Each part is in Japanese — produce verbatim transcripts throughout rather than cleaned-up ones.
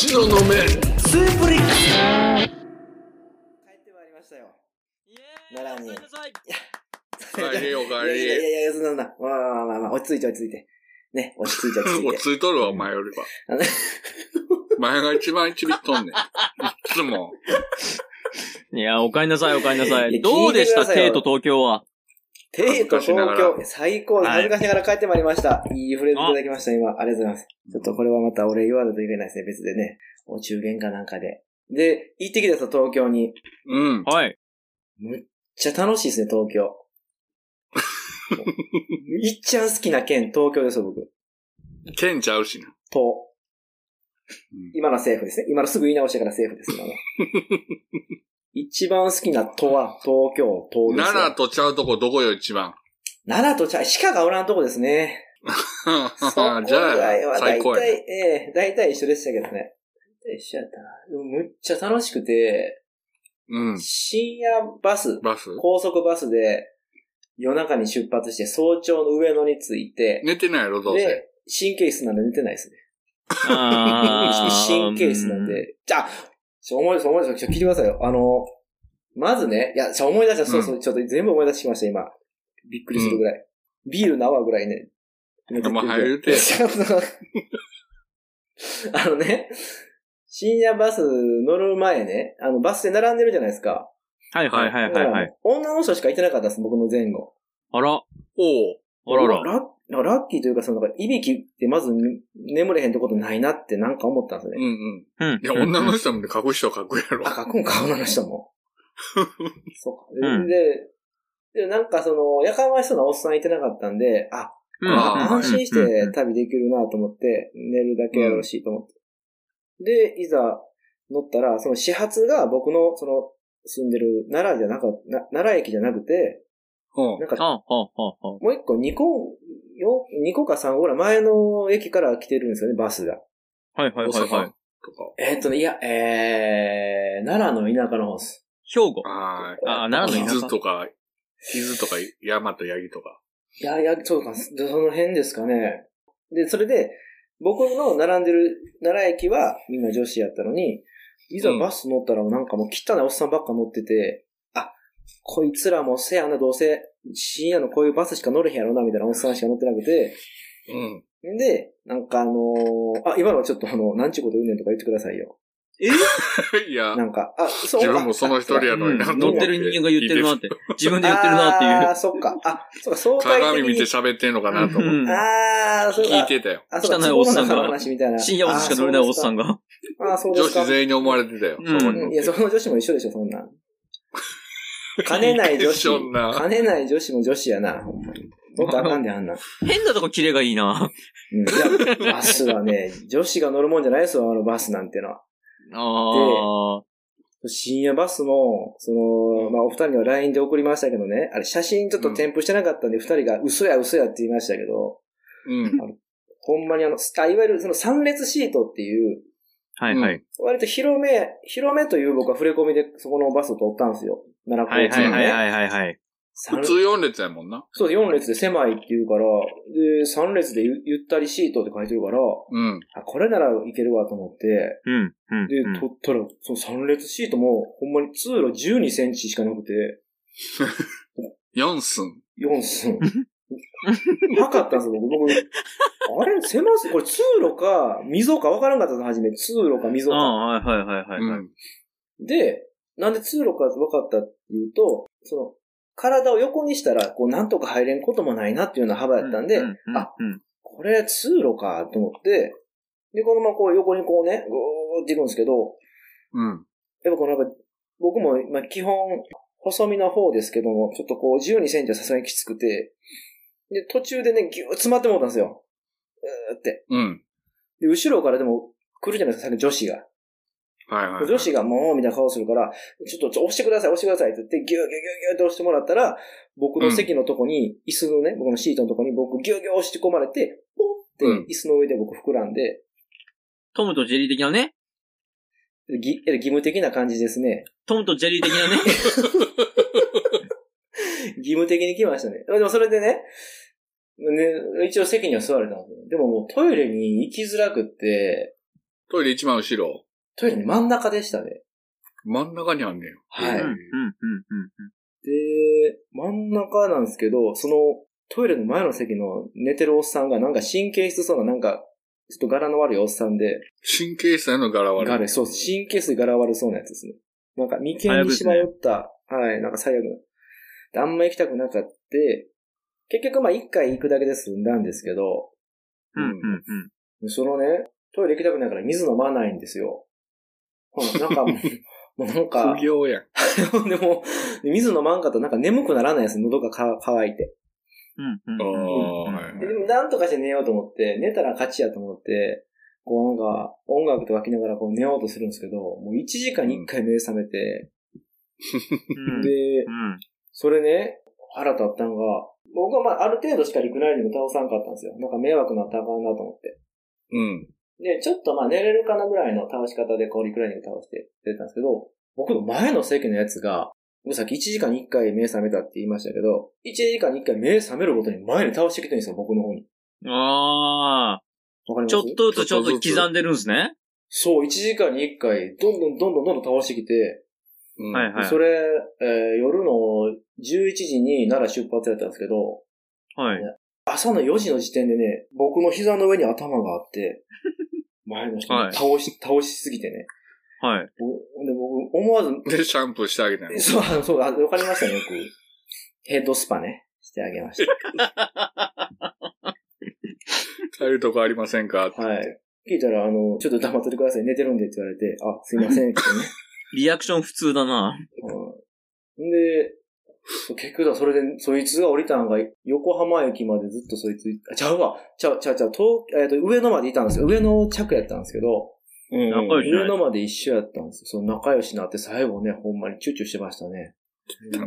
白の目スープリックス。帰ってまいりましたよ。 イエーイ。 奈良に。 おかえりなさい。 おかえりおかえり。 いやいやいや、そんな、まあまあまあまあ、落ち着いて落ち着いて。ね、落ち着いて落ち着いて。 落ち着いとるわ、お前よりは。前が一番ちびっとんねん。いつも。 いや、おかえりなさい、おかえりなさい。 いやどうでした、 聞いてくださいよテイと東京は。 テイと東京、最高ではい恥ずかしながら帰ってまいりました。いいフレーズいただきました、今。ありがとうございます。ちょっとこれはまた俺言わないといけないですね、別でね。お中元かなんかで。で、行ってきたさ、東京に。 うん。 はい。 むっちゃ楽しいですね、東京。いっちゃん好きな県、東京ですよ、僕。 県ちゃうしな。 と。今の政府ですね。今のすぐ言い直してから政府です、今の。一番好きな都は東京都ですよ。 奈良とちゃうとこどこよ、一番。 奈良とちゃう、鹿がおらんとこですね。そこ以じゃ外はあ、最大体、 高やね。 ええ大体一緒でしたけどね。大体一緒やったな。でもむっちゃ楽しくて、 うん。 深夜バス、 バス高速バスで夜中に出発して早朝の上野に着いて、 寝てないやろ、どうせ。 で、神経質なんで寝てないですね。 あー神経質なんで。じゃあ、ちょ、思い出す、思い出す、ちょ、聞いてくださいよ。あの、まずね、いや、ちょ、思い出した、そうそう、ちょっと全部思い出してきました、今。びっくりするぐらい。ビールの泡ぐらいね。 頭入るて。 あのね、深夜バス乗る前ね、あの、バスで並んでるじゃないですか。 はいはいはいはいはい。 女の人しかいてなかったです、僕の前後。 あら。 おう。 あらら。 ラッ、ラッキーというか、その、なんかいびきってまず眠れへんとことないなってなんか思ったんですよね。 うんうん。 うん。いや、女の人も書く人は書くやろ。 あ、書くんか、女の人も。そうか。 うんで、で、なんかその、やかましそうなおっさんいてなかったんで、あ、 うんああ安心して旅できるなと思って、寝るだけやろうしと思って。で、いざ乗ったら、その始発が僕のその住んでる奈良じゃなかった、な奈良駅じゃなくて、 うん。 なんか、 はあ、はあ、はあ、はあ。 もう一個、二個、よ、二個か三個ぐらい前の駅から来てるんですよね、バスが。 はいはいはいはい。 とか。 えーっとね、いや、えー、奈良の田舎の方です。 兵庫。 ああ、 あ、 奈良の田舎。 伊豆とか、伊豆とか、山と八木とか。 いやいや、そうか、その辺ですかね。で、それで、僕の並んでる奈良駅はみんな女子やったのに、いざバス乗ったらなんかもう汚いおっさんばっか乗ってて、あ、こいつらもせやな、どうせ深夜のこういうバスしか乗れへんやろな、みたいなおっさんしか乗ってなくて、 うん。 で、なんかあのー、あ、今のちょっとあの、なんちゅうこと言うねんとか言ってくださいよ。 えいや、 なんか、あ、そう自分もその一人やのになと思乗ってる人間が言ってるなって。自分で言ってるなっていう。 あー、そっか。あ、そうか、相対的に。 鏡見て喋ってんのかなと思って。 あー、そうか。 聞いてたよ。 あ、そうか、 汚いおっさんが壺の中の話みたいな。 深夜バスしか乗れないおっさんが。 あー、そうですか。 女子全員に思われてたよ。 うんそこに乗っていや、その女子も一緒でしょ、そんなん。金ない女子。金ない女子も女子やな、ほんまに。もっとあかんで、あんな。 変なとこキレがいいな。 うん。いや、バスはね、女子が乗るもんじゃないですよ、あのバスなんてのは。 ああ。 深夜バスも、その、まあ、お二人には ライン で送りましたけどね、あれ、写真ちょっと添付してなかったんで、二人が嘘や嘘やって言いましたけど、 うん。 ほんまにあの、あ、いわゆるその三列シートっていう、 はいはい。 割と広め、広めという僕は触れ込みでそこのバスを取ったんですよ。奈良はい交通のね。 はいはいはいはい。 普通よん列やもんな。 そう、よん列で狭いって言うから、で、さん列でゆゆったりシートって書いてるから、 うん。 あ、これならいけるわと思って、 うん。うん。 で、 うん取ったら、そのさん列シートも、ほんまに通路じゅうにセンチしかなくて、 よん寸。 よん寸。測ったんですよ、僕。僕、あれ狭す、これ通路か、溝か分からんかったんです、初め。通路か溝か。 ああ、はいはいはいはい。 うん。 で、なんで通路か分かったっていうと、その、体を横にしたら、こう、なんとか入れんこともないなっていうような幅やったんで、 うんうんあ、 うんこれ通路かと思って、で、このままこう横にこうね、ぐーっていくんですけど、 うん。 やっぱこのなんか、僕も、まあ、基本、細身の方ですけども、ちょっとこうじゅうにセンチはさすがにきつくて、で、途中でね、ぎゅー詰まってもうたんですよ。うーって。 うん。 で、後ろからでも来るじゃないですか、さっき女子が。 はいはいはい。 女子がもう、みたいな顔するから、ちょっと、ちょ押してください、押してくださいって言って、ギューギューギューギューって押してもらったら、僕の席のとこに、椅子のね、僕のシートのとこに僕ギューギュー押して込まれて、ポンって椅子の上で僕膨らんで、 トムとジェリー的なね。 ぎ義務的な感じですね。 トムとジェリー的なね。 義務的に来ましたね。でもそれでね、ね、一応席には座れたんですよ。でももうトイレに行きづらくって、 トイレ一番後ろ。 トイレの真ん中でしたね。 真ん中にあんねん。 はい。 うん、うん、うん、うん。 で、真ん中なんですけど、そのトイレの前の席の寝てるおっさんがなんか神経質そうな、なんか、ちょっと柄の悪いおっさんで。 神経質なの柄悪い。 柄、そう、神経質柄悪そうなやつですね。なんか眉間にしまよった、ね、はい、なんか最悪な。あんま行きたくなかった。結局まあ一回行くだけで済んだんですけど、 うん、うん、 うん。そのね、トイレ行きたくないから水飲まないんですよ。なんかもう、もうなんか。 不行やん。 でも、水飲まんかったらなんか眠くならないです。喉がか乾いて。 うん、うん。 でもなんとかして寝ようと思って、寝たら勝ちやと思って、こうなんか音楽とか聴きながらこう寝ようとするんですけど、もういちじかんにいっかい目覚めて、 うん、 で、 うん、 それね、腹立ったのが、僕はまあある程度しかリクライニング倒さんかったんですよ。なんか迷惑なったらあかんなと思って。 うん。 で、ちょっとまあ寝れるかなぐらいの倒し方でこうリクライニング倒して出てたんですけど、僕の前の席のやつが、僕さっきいちじかんにいっかい目覚めたって言いましたけど、いちじかんにいっかい目覚めるごとに前に倒してきてるんですよ、僕の方に。 ああ。 わかります？ ちょっとずつちょっと刻んでるんですね。 そう、いちじかんにいっかい、どんどんどんどんどんどん倒してきて、 うん、 はいはい。 それ、えー、夜のじゅういちじに奈良出発やったんですけど、 はい。 朝のよじの時点でね、僕の膝の上に頭があって、前の人に倒し、倒しすぎてね。 はい。 で、僕、思わず。 で、シャンプーしてあげたの。 そう、そう、わかりましたね、よく。ヘッドスパね、してあげました。 帰るとこありませんか？ はい。聞いたら、あの、ちょっと黙っててください、寝てるんでって言われて、あ、すいません、ってね。 リアクション普通だな。 うん、で、結局だ、それで、そいつが降りたんが、横浜駅までずっとそいつ、あ、ちゃうわ、ちゃう、ちゃう、ちゃう、東、えっと、上野までいたんですよ。上野着やったんですけど、うん、上野まで一緒やったんですよ。その仲良しになって最後ね、ほんまにチューチューしてましたね。 汚いよ。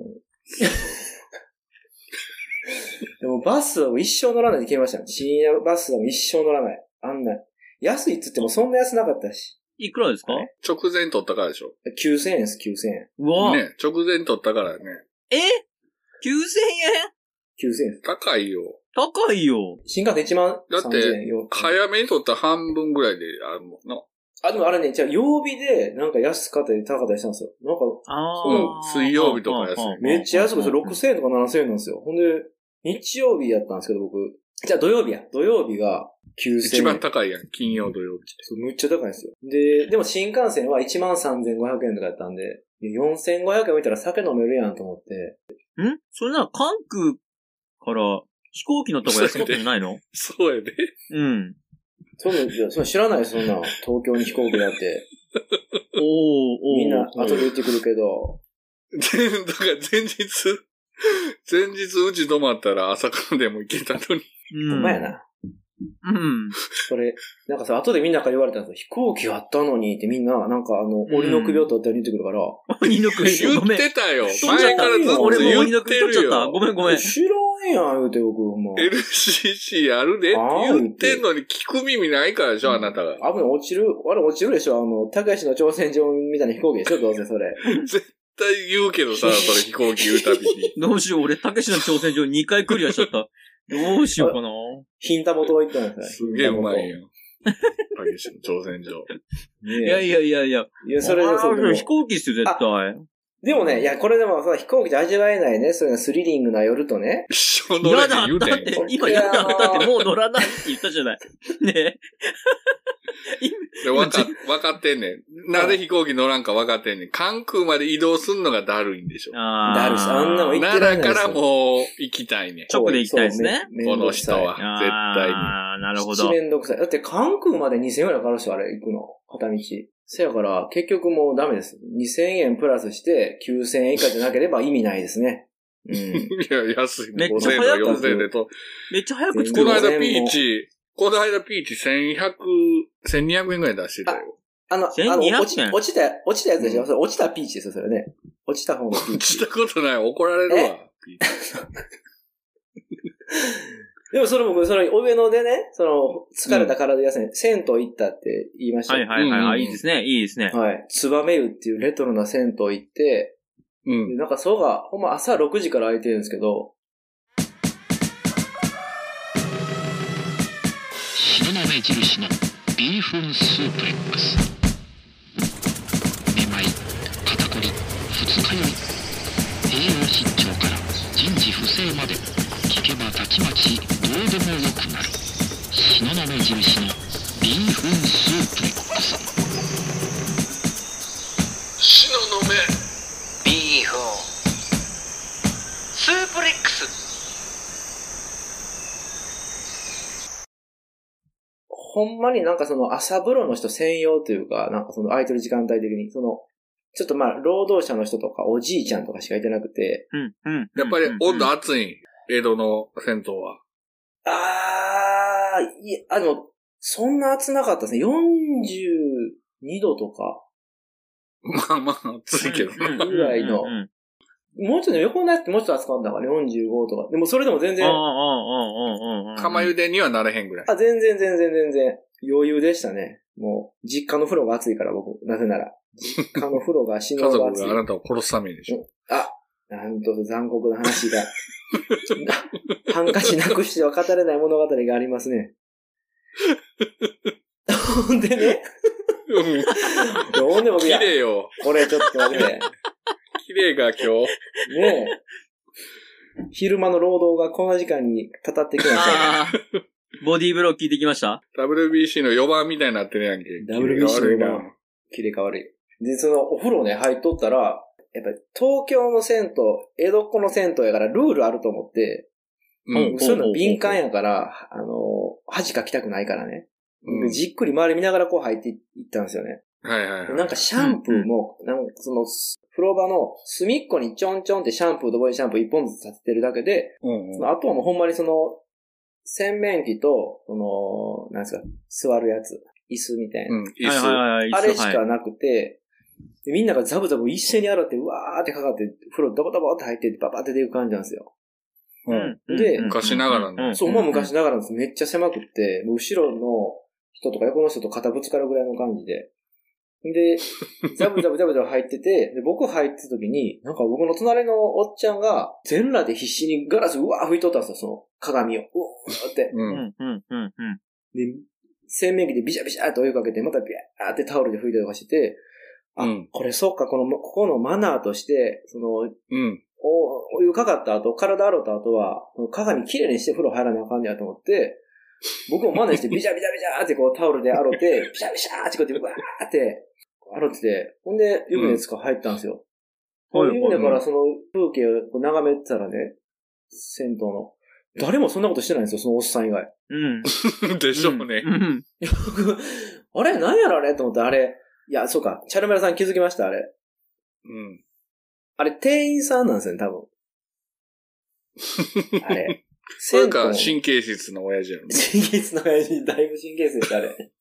でもバスは一生乗らないで決めましたね。深夜バスは一生乗らない。あんな。安いっつってもそんな安なかったし。 いくらですか？ 直前取ったからでしょ？ きゅうせんえんです、きゅうせんえん。 うわね、直前取ったからね。 え ?きゅうせんえんきゅうせんえん。 高いよ。 高いよ。 新幹線いちまんさんぜんえん。 だって、早めに取った半分ぐらいであるもんな。 あ、でもあれね、じゃあ曜日でなんか安かったり高かったりしたんですよ。なんか、 あうん、水曜日とか安い。 めっちゃ安くてろくせんえんとかななせんえんなんですよ。ほんで、日曜日やったんですけど僕。じゃあ土曜日や。土曜日がきゅうせんえん。 一番高いやん。金曜土曜日。 そう、むっちゃ高いんですよ。で、でも新幹線はいちまんさんぜんごひゃくえんとかやったんで、よんせんごひゃくえん置いたら酒飲めるやんと思って。 んそれなら関空から飛行機乗った方が安かったんじゃないの？ そうやで。 うん。 そういうの、その知らないそんな。東京に飛行機だって。 おー、おー。 みんな後で言ってくるけど。 だから前日、前日うち泊まったら朝からでも行けたのに。 ほんまやな。 うん。 それ、なんかさ、後でみんなから言われたんですよ。飛行機あったのにってみんな、なんかあの、鬼の首を取ったり言ってくるから。 鬼の首言ってたよ。前からずっと言ってるよ。 俺も鬼の首取っちゃった。ごめんごめん。 知らんやん、言うて僕、もう。 エルシーシー あるでって言ってんのに聞く耳ないからでしょ、あなたが。 危ない、落ちる、あれ落ちるでしょ、あの、高橋の挑戦状みたいな飛行機でしょ、どうせそれ。 絶対言うけどさ、それ飛行機言うたびに。 どうしよう、俺、たけしの挑戦状にかいクリアしちゃった。どうしようかな。 ヒンタモト行ったんですよ。すげえうまいよ。たけしの挑戦状。 いやいやいやいや。 いや、それでそう。 飛行機っすよ、絶対。 でもね、いや、これでも、飛行機で味わえないね、そういうのスリリングな夜とね。 一生乗れって言うてん。 嫌だったって、今嫌だったってもう乗らないって言ったじゃない。ねえ。わか、わかってんねん。なぜ飛行機乗らんかわかってんねん。関空まで移動すんのがだるいんでしょ。 あだるし、あんなも行ってらんない。奈良からもう行きたいねん。 直で行きたいですね。 この人は。絶対に。 ああ、なるほど。 めんどくさい。だって関空までにせんえんぐらいかかるし、あれ、行くの。片道。せやから、結局もうダメです。にせんえんプラスしてきゅうせんえん以下じゃなければ意味ないですね。うん。いや、安い。 めっちゃ早く。 よんせんえんでと。 めっちゃ早く作る。 この間ピーチ、この間ピーチせんひゃく、せんにひゃくえんぐらい出してたよ。 あの、あの、落ち、落ちた、落ちたやつでしょ、うん、それ落ちたピーチですよ、それね。落ちた方のピーチ。 落ちたことない。怒られるわ。ピーチ。 でもそれ僕、その上野でね、その、疲れた体休め、うん、銭湯行ったって言いました。 はいはいはい、うんうん、いいですね、いいですね。 はい。ツバメ湯っていうレトロな銭湯行って、うん。なんかそうが、ほんま朝ろくじから空いてるんですけど、 白長印のビーフンスープレックス。めまい、肩こり、二日酔い、栄養失調から人事不正まで、聞けばたちまちどうでもよくなる。東雲印のビーフンスープレックス。 東雲ビーフンスープレックス。 ほんまになんかその朝風呂の人専用というか、なんかその空いてる時間帯的に、その、ちょっとまあ、労働者の人とかおじいちゃんとかしかいてなくて。 うんうん。 やっぱり温度熱い、江戸の銭湯は。 あー、いや、あの、そんな暑なかったですね。よんじゅうにどとか。 まあまあ、暑いけどな。 ぐらいの。もうちょっと横のやつってもうちょっと暑かったからよんじゅうごとか。でもそれでも全然。 釜茹でにはなれへんぐらい。 あ、全然全然全然。余裕でしたね。もう、実家の風呂が暑いから僕、なぜなら。実家の風呂が死ぬほど暑い。 家族があなたを殺すためでしょ。 あ、なんと残酷な話が。ハンカチなくしては語れない物語がありますね。ほんでね。ほんで僕、 綺麗よ。 これちょっとね。 綺麗が今日。 ねえ。昼間の労働がこの時間にたたってきましたね。 ボディーブロー聞いてきましたダブリュービーシー のよばんみたいになってるやんけ。 ダブリュービーシー のよばん。切れ替わり。で、そのお風呂ね、入っとったら、やっぱり東京の銭湯、江戸っ子の銭湯やからルールあると思って、うん、そういうの敏感やから、あの、恥かきたくないからね。うん、じっくり周り見ながらこう入っていったんですよね。 はいはいはい。 なんかシャンプーも、うん、なんかその、風呂場の隅っこにちょんちょんってシャンプーとボディシャンプー一本ずつ立ててるだけで、うんうん、そのあとはもうほんまにその、洗面器と、その、なんですか、座るやつ、椅子みたいな。うん、椅子。あれしかなくて、でみんながザブザブ一斉に洗って、うわーってかかって、風呂ドボドボって入ってって、ババって出ていく感じなんですよ。 うん。 で、 昔ながらの。 そう、まあ昔ながらのです。めっちゃ狭くって、もう後ろの人とか横の人と肩ぶつかるぐらいの感じで。で、ザブザブザブザブ入ってて、で僕入ってた時に、なんか僕の隣のおっちゃんが、全裸で必死にガラスうわー拭いとったんですよ、その鏡を。うーって。 うん。うん。うん。うん。 で、洗面器でビシャビシャーってお湯かけて、またビャーってタオルで拭いたりとかしてて、あ、うん、これそうか、この、ここのマナーとして、その、うん。お、お湯かかった後、体洗った後は、鏡きれいにして風呂入らなあかんねやと思って、僕も真似してビシャビシャビシャーってこうタオルで洗って、ビシャビシャーってこうやって、うわーって洗ってて、ほんで湯船使入ったんですよ。うん、湯船からその風景を眺めてたらね、銭湯の。誰もそんなことしてないんですよ、そのおっさん以外。 うん。でしょうね。うん。 あれ何やろあれと思って、あれ。いや、そうか。チャルメラさん気づきましたあれ。 うん。 あれ、店員さんなんですよね、多分。あれ。 それか、神経質の親父やろ、ね。 神経質の親父、だいぶ神経質でした、あれ。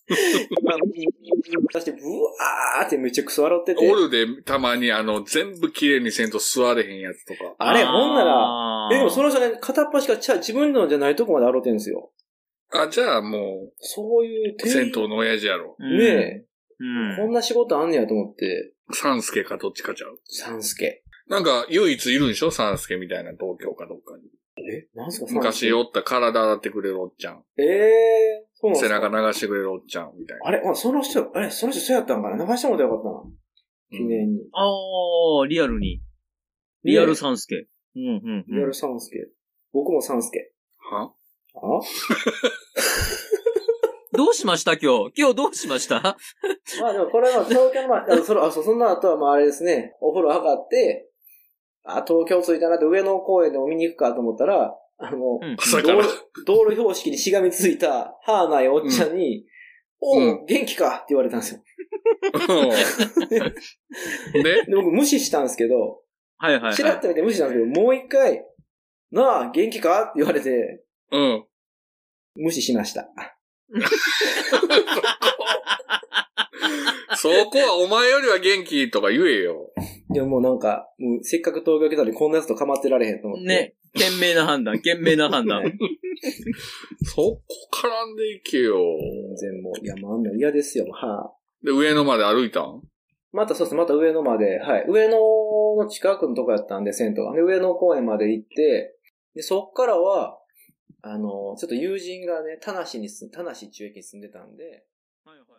そして、ブワーってめっちゃクソ笑ってて。 ゴールでたまにあの、全部綺麗にせんと座れへんやつとか。 あれ、ほんなら、え、でもその人ね、片っ端か、自分のじゃないとこまで洗ってんですよ。 あ、じゃあもう、 そういう銭湯の親父やろ。 ねえ。うん、こんな仕事あんねやと思って。 サンスケかどっちかちゃう。 サンスケ。 なんか、唯一いるんでしょサンスケみたいな東京かどっかに。 えなんすか昔おった体洗ってくれるおっちゃん。 ええー、そうなんすか。 背中流してくれるおっちゃんみたいな。 あれ、まあ、その人、あれ、その人そうやったんかな流してもらったらよかったな。記念に。うん、 ああ、リアルに。リアルサンスケ。うんうん、うん。 リアルサンスケ。僕もサンスケ。 はあどうしました今日今日どうしましたまあでもこれは東京の、まあ、その、あ、そ、その後はまああれですね、お風呂上がって、あ、東京着いたなって上野公園でも見に行くかと思ったら、あの、うん、道路、道路標識にしがみついた、歯ないおっちゃんに、うん、おう、うん、元気かって言われたんですよ。でで僕無視したんですけど、 はいはいはい。 チラッと見て無視したんですけど、もう一回、なあ、元気かって言われて、 うん。 無視しました。 そこはお前よりは元気とか言えよ。 いやもうなんか、もうせっかく東京来たのにこんなやつと構ってられへんと思って。 ね。賢明な判断、賢明な判断。 そこ絡んでいけよ。 全然もう、いやもうあんな嫌ですよ、はあ。 で、上野まで歩いたん？ またそうです、また上野まで、はい。上野の近くのとこやったんで、銭湯が。で、上野公園まで行って、で、そっからは、あの、ちょっと友人がね、田無に住ん、田無中駅に住んでたんで、 はいはい